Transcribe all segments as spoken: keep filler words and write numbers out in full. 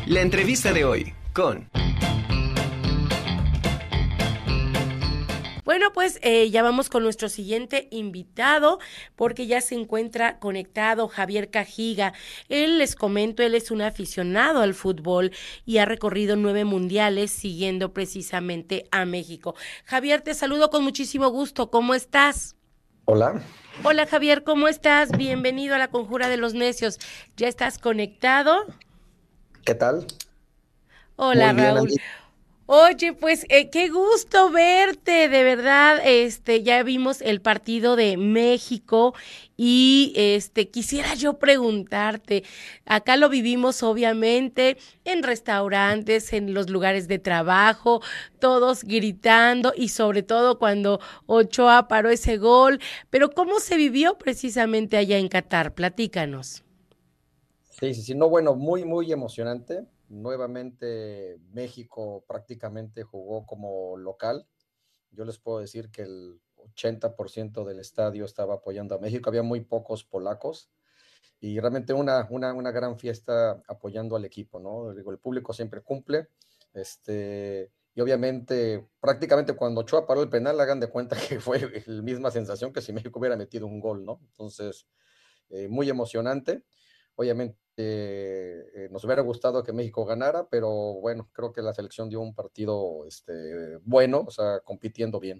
La entrevista de hoy con... Bueno, pues eh, ya vamos con nuestro siguiente invitado porque ya se encuentra conectado Javier Cajiga. Él, les comento, él es un aficionado al fútbol y ha recorrido nueve mundiales siguiendo precisamente a México. Javier, te saludo con muchísimo gusto. ¿Cómo estás? Hola, Hola Javier, ¿cómo estás? Bienvenido a la Conjura de los Necios. ¿Ya estás conectado? ¿qué tal? Hola Muy bien, Raúl. amigo. Oye, pues eh, qué gusto verte, de verdad, este, ya vimos el partido de México y este, quisiera yo preguntarte, acá lo vivimos obviamente en restaurantes, en los lugares de trabajo, todos gritando y sobre todo cuando Ochoa paró ese gol, pero ¿cómo se vivió precisamente allá en Qatar? Platícanos. Sí, sí, sí, no, bueno, muy, muy emocionante. Nuevamente México prácticamente jugó como local. Yo les puedo decir que el ochenta por ciento del estadio estaba apoyando a México. Había muy pocos polacos y realmente una, una, una gran fiesta apoyando al equipo, ¿no? Digo, el público siempre cumple. Este, y obviamente, prácticamente cuando Ochoa paró el penal, hagan de cuenta que fue la misma sensación que si México hubiera metido un gol, ¿no? Entonces, eh, muy emocionante. Obviamente eh, nos hubiera gustado que México ganara, pero bueno, creo que la selección dio un partido este, bueno, o sea, compitiendo bien.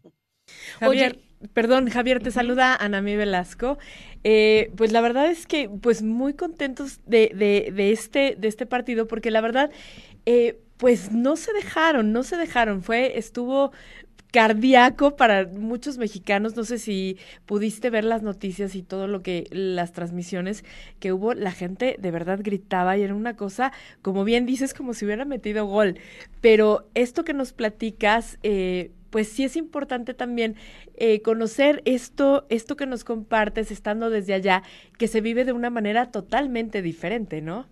Oye, Javier, perdón, Javier, te ujú. saluda Anamí Velasco. Eh, pues la verdad es que, pues muy contentos de, de, de este, de este partido, porque la verdad, eh, pues no se dejaron, no se dejaron. Fue, estuvo cardíaco para muchos mexicanos. No sé si pudiste ver las noticias y todo lo que, las transmisiones que hubo. La gente de verdad gritaba y era una cosa, como bien dices, como si hubiera metido gol. Pero esto que nos platicas, eh, pues sí es importante también eh, conocer esto, esto que nos compartes estando desde allá, que se vive de una manera totalmente diferente, ¿no?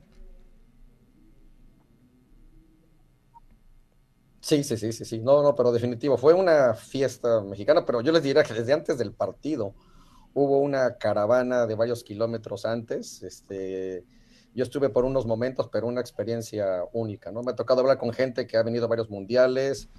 Sí, sí, sí, sí, sí, no, no, pero definitivo, fue una fiesta mexicana, pero yo les diría que desde antes del partido hubo una caravana de varios kilómetros antes, este, yo estuve por unos momentos, pero una experiencia única, ¿no? Me ha tocado hablar con gente que ha venido a varios mundiales,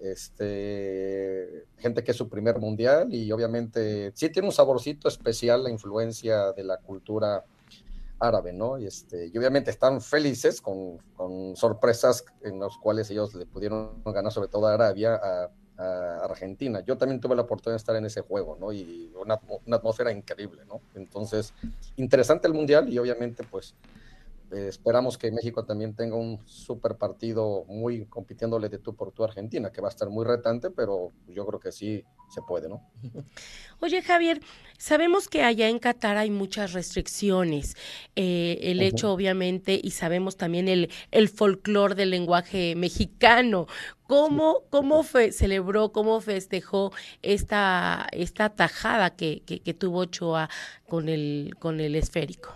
este, gente que es su primer mundial y obviamente sí tiene un saborcito especial la influencia de la cultura árabe, ¿no? Y, este, y obviamente están felices con, con sorpresas en las cuales ellos le pudieron ganar, sobre todo a Arabia, a, a Argentina. Yo también tuve la oportunidad de estar en ese juego, ¿no? Y una, una atmósfera increíble, ¿no? Entonces, interesante el Mundial y obviamente, pues, eh, esperamos que México también tenga un super partido muy compitiéndole de tú por tú a Argentina, que va a estar muy retante, pero yo creo que sí se puede, ¿no? Oye, Javier, sabemos que allá en Qatar hay muchas restricciones. Eh, el Uh -huh. hecho, obviamente, y sabemos también el, el folclore del lenguaje mexicano. Sí, ¿Cómo, cómo fe- celebró, cómo festejó esta, esta tajada que, que, que tuvo Ochoa con el, con el esférico?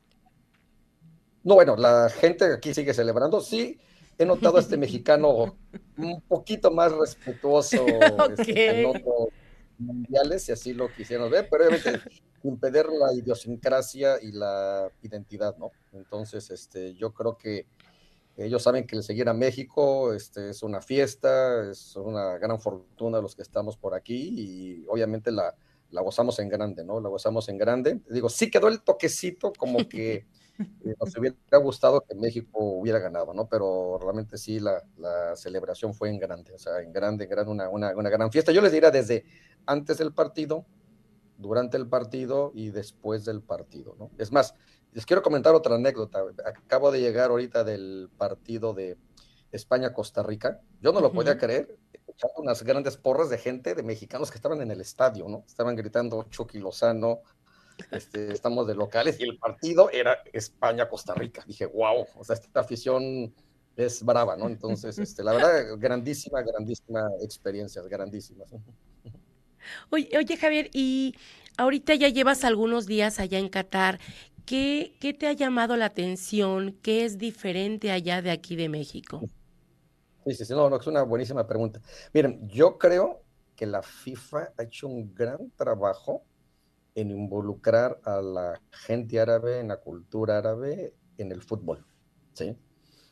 no, bueno, la gente aquí sigue celebrando. Sí, he notado a este mexicano un poquito más respetuoso Ok. este, que en otros mundiales, si así lo quisiéramos ver, pero obviamente sin perder la idiosincrasia y la identidad, ¿no? Entonces, este, yo creo que ellos saben que el seguir a México este, es una fiesta, es una gran fortuna los que estamos por aquí y obviamente la, la gozamos en grande, ¿no? La gozamos en grande. Digo, sí quedó el toquecito como que eh, nos hubiera gustado que México hubiera ganado, ¿no? Pero realmente sí, la, la celebración fue en grande, o sea, en grande, en grande, una, una, una gran fiesta. Yo les diría desde antes del partido, durante el partido y después del partido, ¿no? Es más, les quiero comentar otra anécdota. Acabo de llegar ahorita del partido de España-Costa Rica. Yo no lo podía Ujú. creer, escuchando unas grandes porras de gente, de mexicanos que estaban en el estadio, ¿no? Estaban gritando Chucky Lozano, este, estamos de locales y el partido era España-Costa Rica. Dije, wow, o sea, esta afición es brava, ¿no? Entonces, este, la verdad, grandísima, grandísima experiencias, grandísimas. Oye, oye, Javier, y ahorita ya llevas algunos días allá en Qatar. ¿Qué, qué te ha llamado la atención? ¿Qué es diferente allá de aquí de México? Sí, sí, sí, no, no, es una buenísima pregunta. Miren, yo creo que la FIFA ha hecho un gran trabajo en involucrar a la gente árabe, en la cultura árabe, en el fútbol, ¿sí?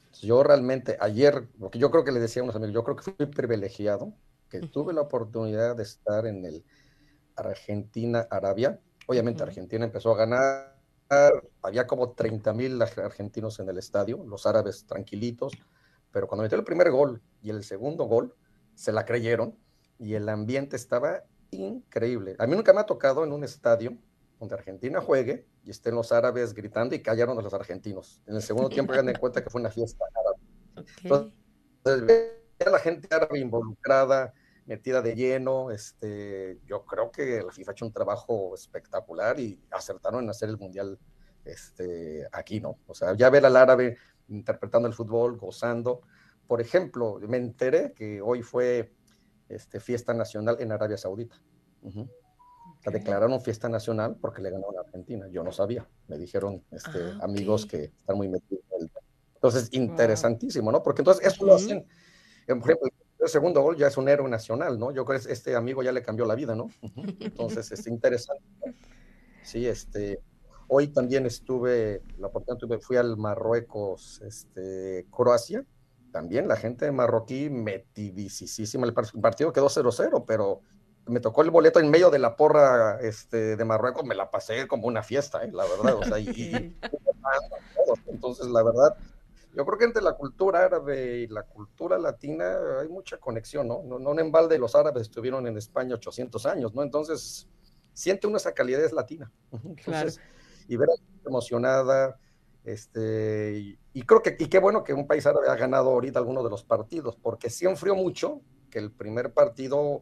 Yo realmente ayer, porque yo creo que le decía a unos amigos, yo creo que fui privilegiado, que tuve la oportunidad de estar en el Argentina-Arabia. Obviamente Ujú. Argentina empezó a ganar, había como treinta mil argentinos en el estadio, los árabes tranquilitos, pero cuando metió el primer gol y el segundo gol, se la creyeron y el ambiente estaba increíble. A mí nunca me ha tocado en un estadio donde Argentina juegue y estén los árabes gritando y callaron a los argentinos. En el segundo tiempo hagan en cuenta que fue una fiesta árabe. Ok. Entonces, ver a la gente árabe involucrada, metida de lleno, este, yo creo que la FIFA ha hecho un trabajo espectacular y acertaron en hacer el mundial este, aquí, ¿no? O sea, ya ver al árabe interpretando el fútbol, gozando. Por ejemplo, me enteré que hoy fue este, fiesta nacional en Arabia Saudita. Uh-huh. La Okay. declararon fiesta nacional porque le ganaron a Argentina. Yo no sabía. Me dijeron este, Ah, amigos ok. que están muy metidos en el... Entonces, Wow. interesantísimo, ¿no? Porque entonces eso lo Ujú. hacen. Por ejemplo, el segundo gol ya es un héroe nacional, ¿no? Yo creo que este amigo ya le cambió la vida, ¿no? Uh-huh. Entonces, es interesante. Sí, este, hoy también estuve, la oportunidad tuve, fui al Marruecos, este, Croacia, también la gente marroquí metidísima, el partido quedó cero cero, pero me tocó el boleto en medio de la porra este, de Marruecos, me la pasé como una fiesta, ¿eh? La verdad, o sea, y, y Okay. entonces la verdad, yo creo que entre la cultura árabe y la cultura latina hay mucha conexión, ¿no? No, no en balde los árabes estuvieron en España ochocientos años, ¿no? Entonces siente uno esa calidez latina. Claro. Entonces, y ver a la gente emocionada, este, y, y creo que, y qué bueno que un país árabe ha ganado ahorita alguno de los partidos, porque sí enfrió mucho que el primer partido,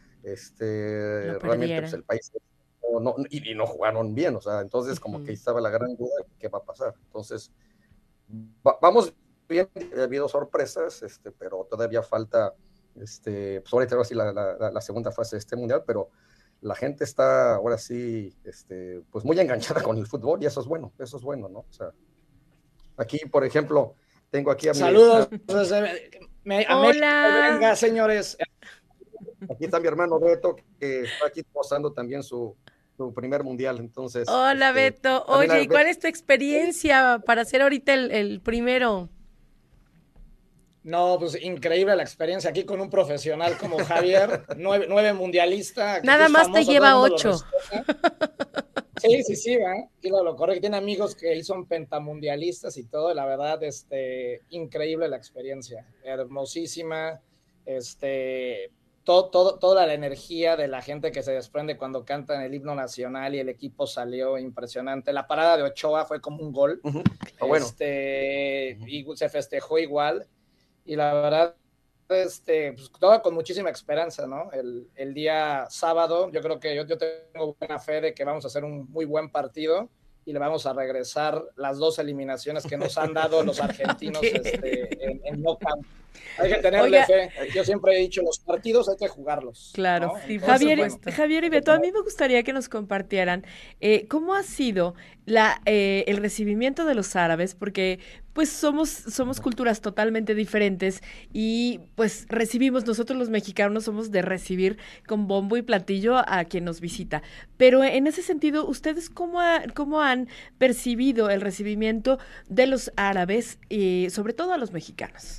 este, Lo realmente, pues perdieran. el país no, no, y, y no jugaron bien, o sea, entonces como que Ujú. estaba la gran duda de qué va a pasar. Entonces, va, vamos bien, ha habido sorpresas, este, pero todavía falta, este, pues ahorita va a ser la, la, la segunda fase de este mundial, pero la gente está ahora sí, este, pues muy enganchada con el fútbol y eso es bueno, eso es bueno, ¿no? O sea, aquí, por ejemplo, tengo aquí a mi, Saludos a, desde me- a México, Hola. venga, señores. aquí está mi hermano Beto, que está aquí posando también su, su primer mundial, entonces, Hola, este, Beto. también Oye, a ¿y cuál Beto, es tu experiencia para ser ahorita el, el primero? No, pues increíble la experiencia aquí con un profesional como Javier, nueve, nueve mundialista, que aquí Nada es más te famoso, todo el lleva mundo lo ocho. respeta. Sí, sí, sí, ¿va? Y lo, lo correcto, tiene amigos que ahí son pentamundialistas y todo, la verdad, este, increíble la experiencia, hermosísima, este, todo, todo, toda la energía de la gente que se desprende cuando cantan el himno nacional y el equipo salió impresionante. La parada de Ochoa fue como un gol, uh-huh. Oh, bueno. este, y se festejó igual, y la verdad, este, pues, todo con muchísima esperanza, ¿no? El, el día sábado, yo creo que yo, yo tengo buena fe de que vamos a hacer un muy buen partido y le vamos a regresar las dos eliminaciones que nos han dado los argentinos Okay. este, en, en knockout. Hay que tenerle Oiga, fe. Yo siempre he dicho, los partidos hay que jugarlos, claro, ¿no? sí, por Entonces, Javier, bueno, supuesto. Javier y hay que Beto, a tener... mí me gustaría que nos compartieran eh, cómo ha sido la, eh, el recibimiento de los árabes, porque pues somos, somos culturas totalmente diferentes y pues recibimos, nosotros los mexicanos somos de recibir con bombo y platillo a quien nos visita. Pero en ese sentido, ¿ustedes cómo, ha, cómo han percibido el recibimiento de los árabes y sobre todo a los mexicanos?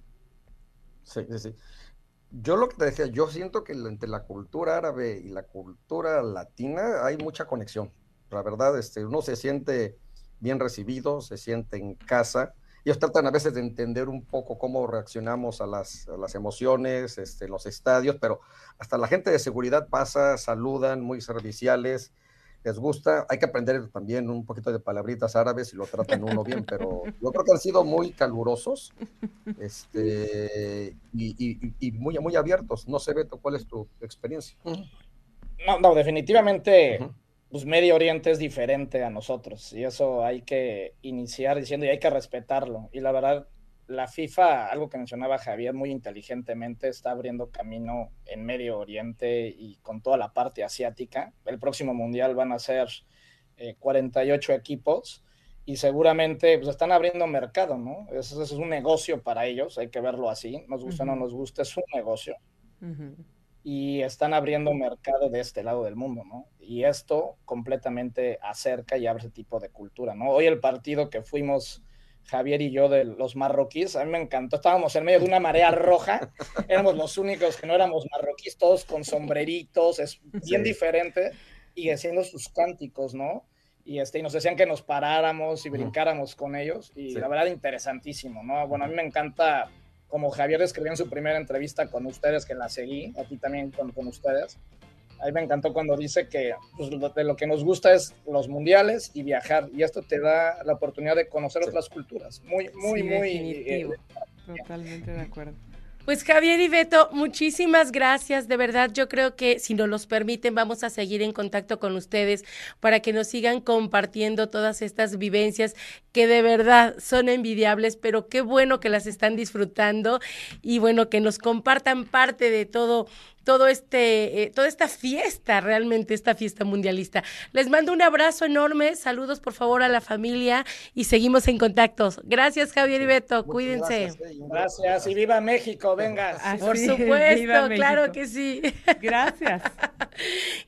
Sí, sí, sí. Yo lo que te decía, yo siento que entre la cultura árabe y la cultura latina hay mucha conexión. La verdad, este, uno se siente bien recibido, se siente en casa. Ellos tratan a veces de entender un poco cómo reaccionamos a las, a las emociones, este, en los estadios, pero hasta la gente de seguridad pasa, saludan, muy serviciales, les gusta. Hay que aprender también un poquito de palabritas árabes y lo tratan uno bien, pero yo creo que han sido muy calurosos este, y, y, y muy, muy abiertos. No sé, Beto, ¿cuál es tu experiencia? No, no, definitivamente, Uh-huh. pues Medio Oriente es diferente a nosotros y eso hay que iniciar diciendo y hay que respetarlo. Y la verdad, la FIFA, algo que mencionaba Javier muy inteligentemente, está abriendo camino en Medio Oriente y con toda la parte asiática. El próximo mundial van a ser eh, cuarenta y ocho equipos y seguramente pues están abriendo mercado, ¿no? Eso, eso es un negocio para ellos, hay que verlo así, nos gusta o no nos gusta, es un negocio Uh-huh. y están abriendo mercado de este lado del mundo, ¿no? Y esto completamente acerca y abre ese tipo de cultura, ¿no? Hoy el partido que fuimos Javier y yo de los marroquíes. A mí me encantó, estábamos en medio de una marea roja, éramos los únicos que no éramos marroquíes, todos con sombreritos, es bien sí. diferente, y haciendo sus cánticos, ¿no? Y, este, y nos decían que nos paráramos y brincáramos con ellos, y sí. la verdad interesantísimo, ¿no? Bueno, a mí me encanta, como Javier escribió en su primera entrevista con ustedes, que la seguí, aquí también con, con ustedes. A mí me encantó cuando dice que pues, de lo que nos gusta es los mundiales y viajar, y esto te da la oportunidad de conocer sí. otras culturas. Muy, muy, sí, muy... definitivo. Eh, Totalmente de acuerdo. Pues Javier y Beto, muchísimas gracias, de verdad yo creo que si nos los permiten vamos a seguir en contacto con ustedes para que nos sigan compartiendo todas estas vivencias que de verdad son envidiables, pero qué bueno que las están disfrutando y bueno, que nos compartan parte de todo todo este, eh, toda esta fiesta, realmente esta fiesta mundialista. Les mando un abrazo enorme, saludos por favor a la familia y seguimos en contacto. Gracias Javier y Beto, muchas cuídense. Gracias, eh, gracias y viva México, venga. Por supuesto, claro que sí. Gracias.